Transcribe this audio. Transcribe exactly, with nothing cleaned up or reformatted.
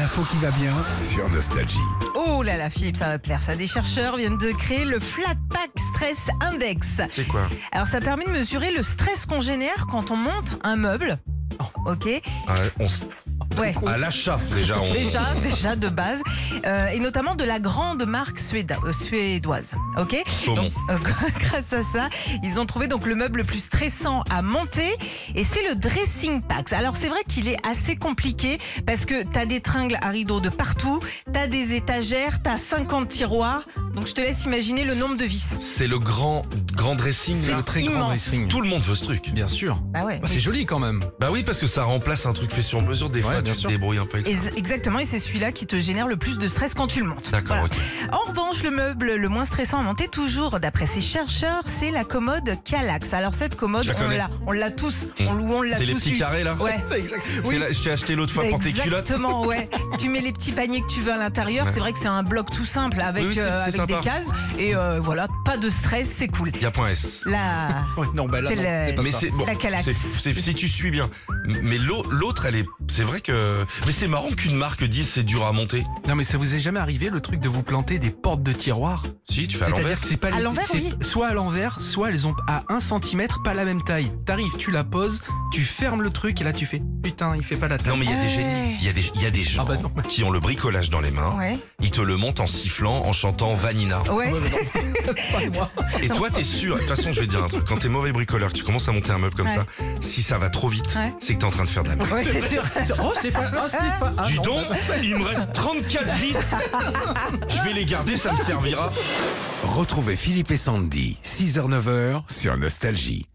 L'info qui va bien. Sur Nostalgie. Oh là là, Philippe, ça va te plaire. Ça, des chercheurs viennent de créer le Flat Pack Stress Index. C'est quoi? Alors, ça permet de mesurer le stress qu'on génère quand on monte un meuble. Ok. Ah, on s- Ouais. À l'achat, déjà. On... Déjà, déjà de base, euh, et notamment de la grande marque suéda- euh, suédoise. Ok. Saumon. Donc, euh, grâce à ça, ils ont trouvé donc le meuble le plus stressant à monter, et c'est le dressing pack. Alors c'est vrai qu'il est assez compliqué parce que t'as des tringles à rideaux de partout, t'as des étagères, t'as cinquante tiroirs. Donc je te laisse imaginer le nombre de vis. C'est le grand, grand dressing. C'est là. Le très immense. grand dressing. Tout le monde veut ce truc. Bien sûr. Bah ouais. Bah, c'est joli quand même. Bah oui, parce que ça remplace un truc fait sur mesure. Des Ouais, fois, bien tu sûr. te débrouilles un peu avec ça. Et- Exactement, et c'est celui-là qui te génère le plus de stress quand tu le montes. D'accord, Voilà. ok. En revanche, le meuble le moins stressant à monter, toujours d'après ces chercheurs, c'est la commode Kallax. Alors cette commode, Je la on connais. l'a, on l'a tous, Mmh. on, on l'a C'est les tous petits eu. carrés là. Ouais. C'est exact. C'est là, je t'ai acheté l'autre fois pour tes culottes. Exactement, ouais. Tu mets les petits paniers que tu veux à l'intérieur. Ouais. C'est vrai que c'est un bloc tout simple avec, Oui, oui, c'est- euh, c'est avec des sympa. cases. Et euh, voilà, pas de stress, c'est cool. Il y a point S. La, Ouais, non, bah là, C'est non, le- c'est pas Mais ça. c'est bon, La Kallax. c'est- c'est- si tu suis bien. Mais l'au- l'autre, elle est. C'est vrai que. Mais c'est marrant qu'une marque dise c'est dur à monter. Non, mais ça vous est jamais arrivé le truc de vous planter des portes de tiroir? Si, tu fais à l'envers. C'est-à-dire que c'est pas À les- l'envers, c'est oui. soit à l'envers, soit elles ont à un centimètre, pas la même taille. T'arrives, tu la poses, tu fermes le truc et là tu fais putain, il fait pas la taille. Non, mais il y a des Ouais. génies. Il y a des, il y a des gens Ah bah non. qui ont le bricolage dans les mains. ouais. Ils te le montent en sifflant, en chantant Vanina. Ouais. Pas moi. Et toi, t'es sûr. De toute façon, je vais te dire un truc. Quand t'es mauvais bricoleur, que tu commences à monter un meuble comme Ouais. ça, si ça va trop vite, Ouais. c'est que t'es en train de faire de la merde. Ouais, c'est sûr. Oh, c'est pas. Oh, c'est pas. Ah, Dis non, donc, bah, il me reste trente-quatre vis. Je vais les garder, ça me servira. Retrouvez Philippe et Sandy, six heures neuf heures sur Nostalgie.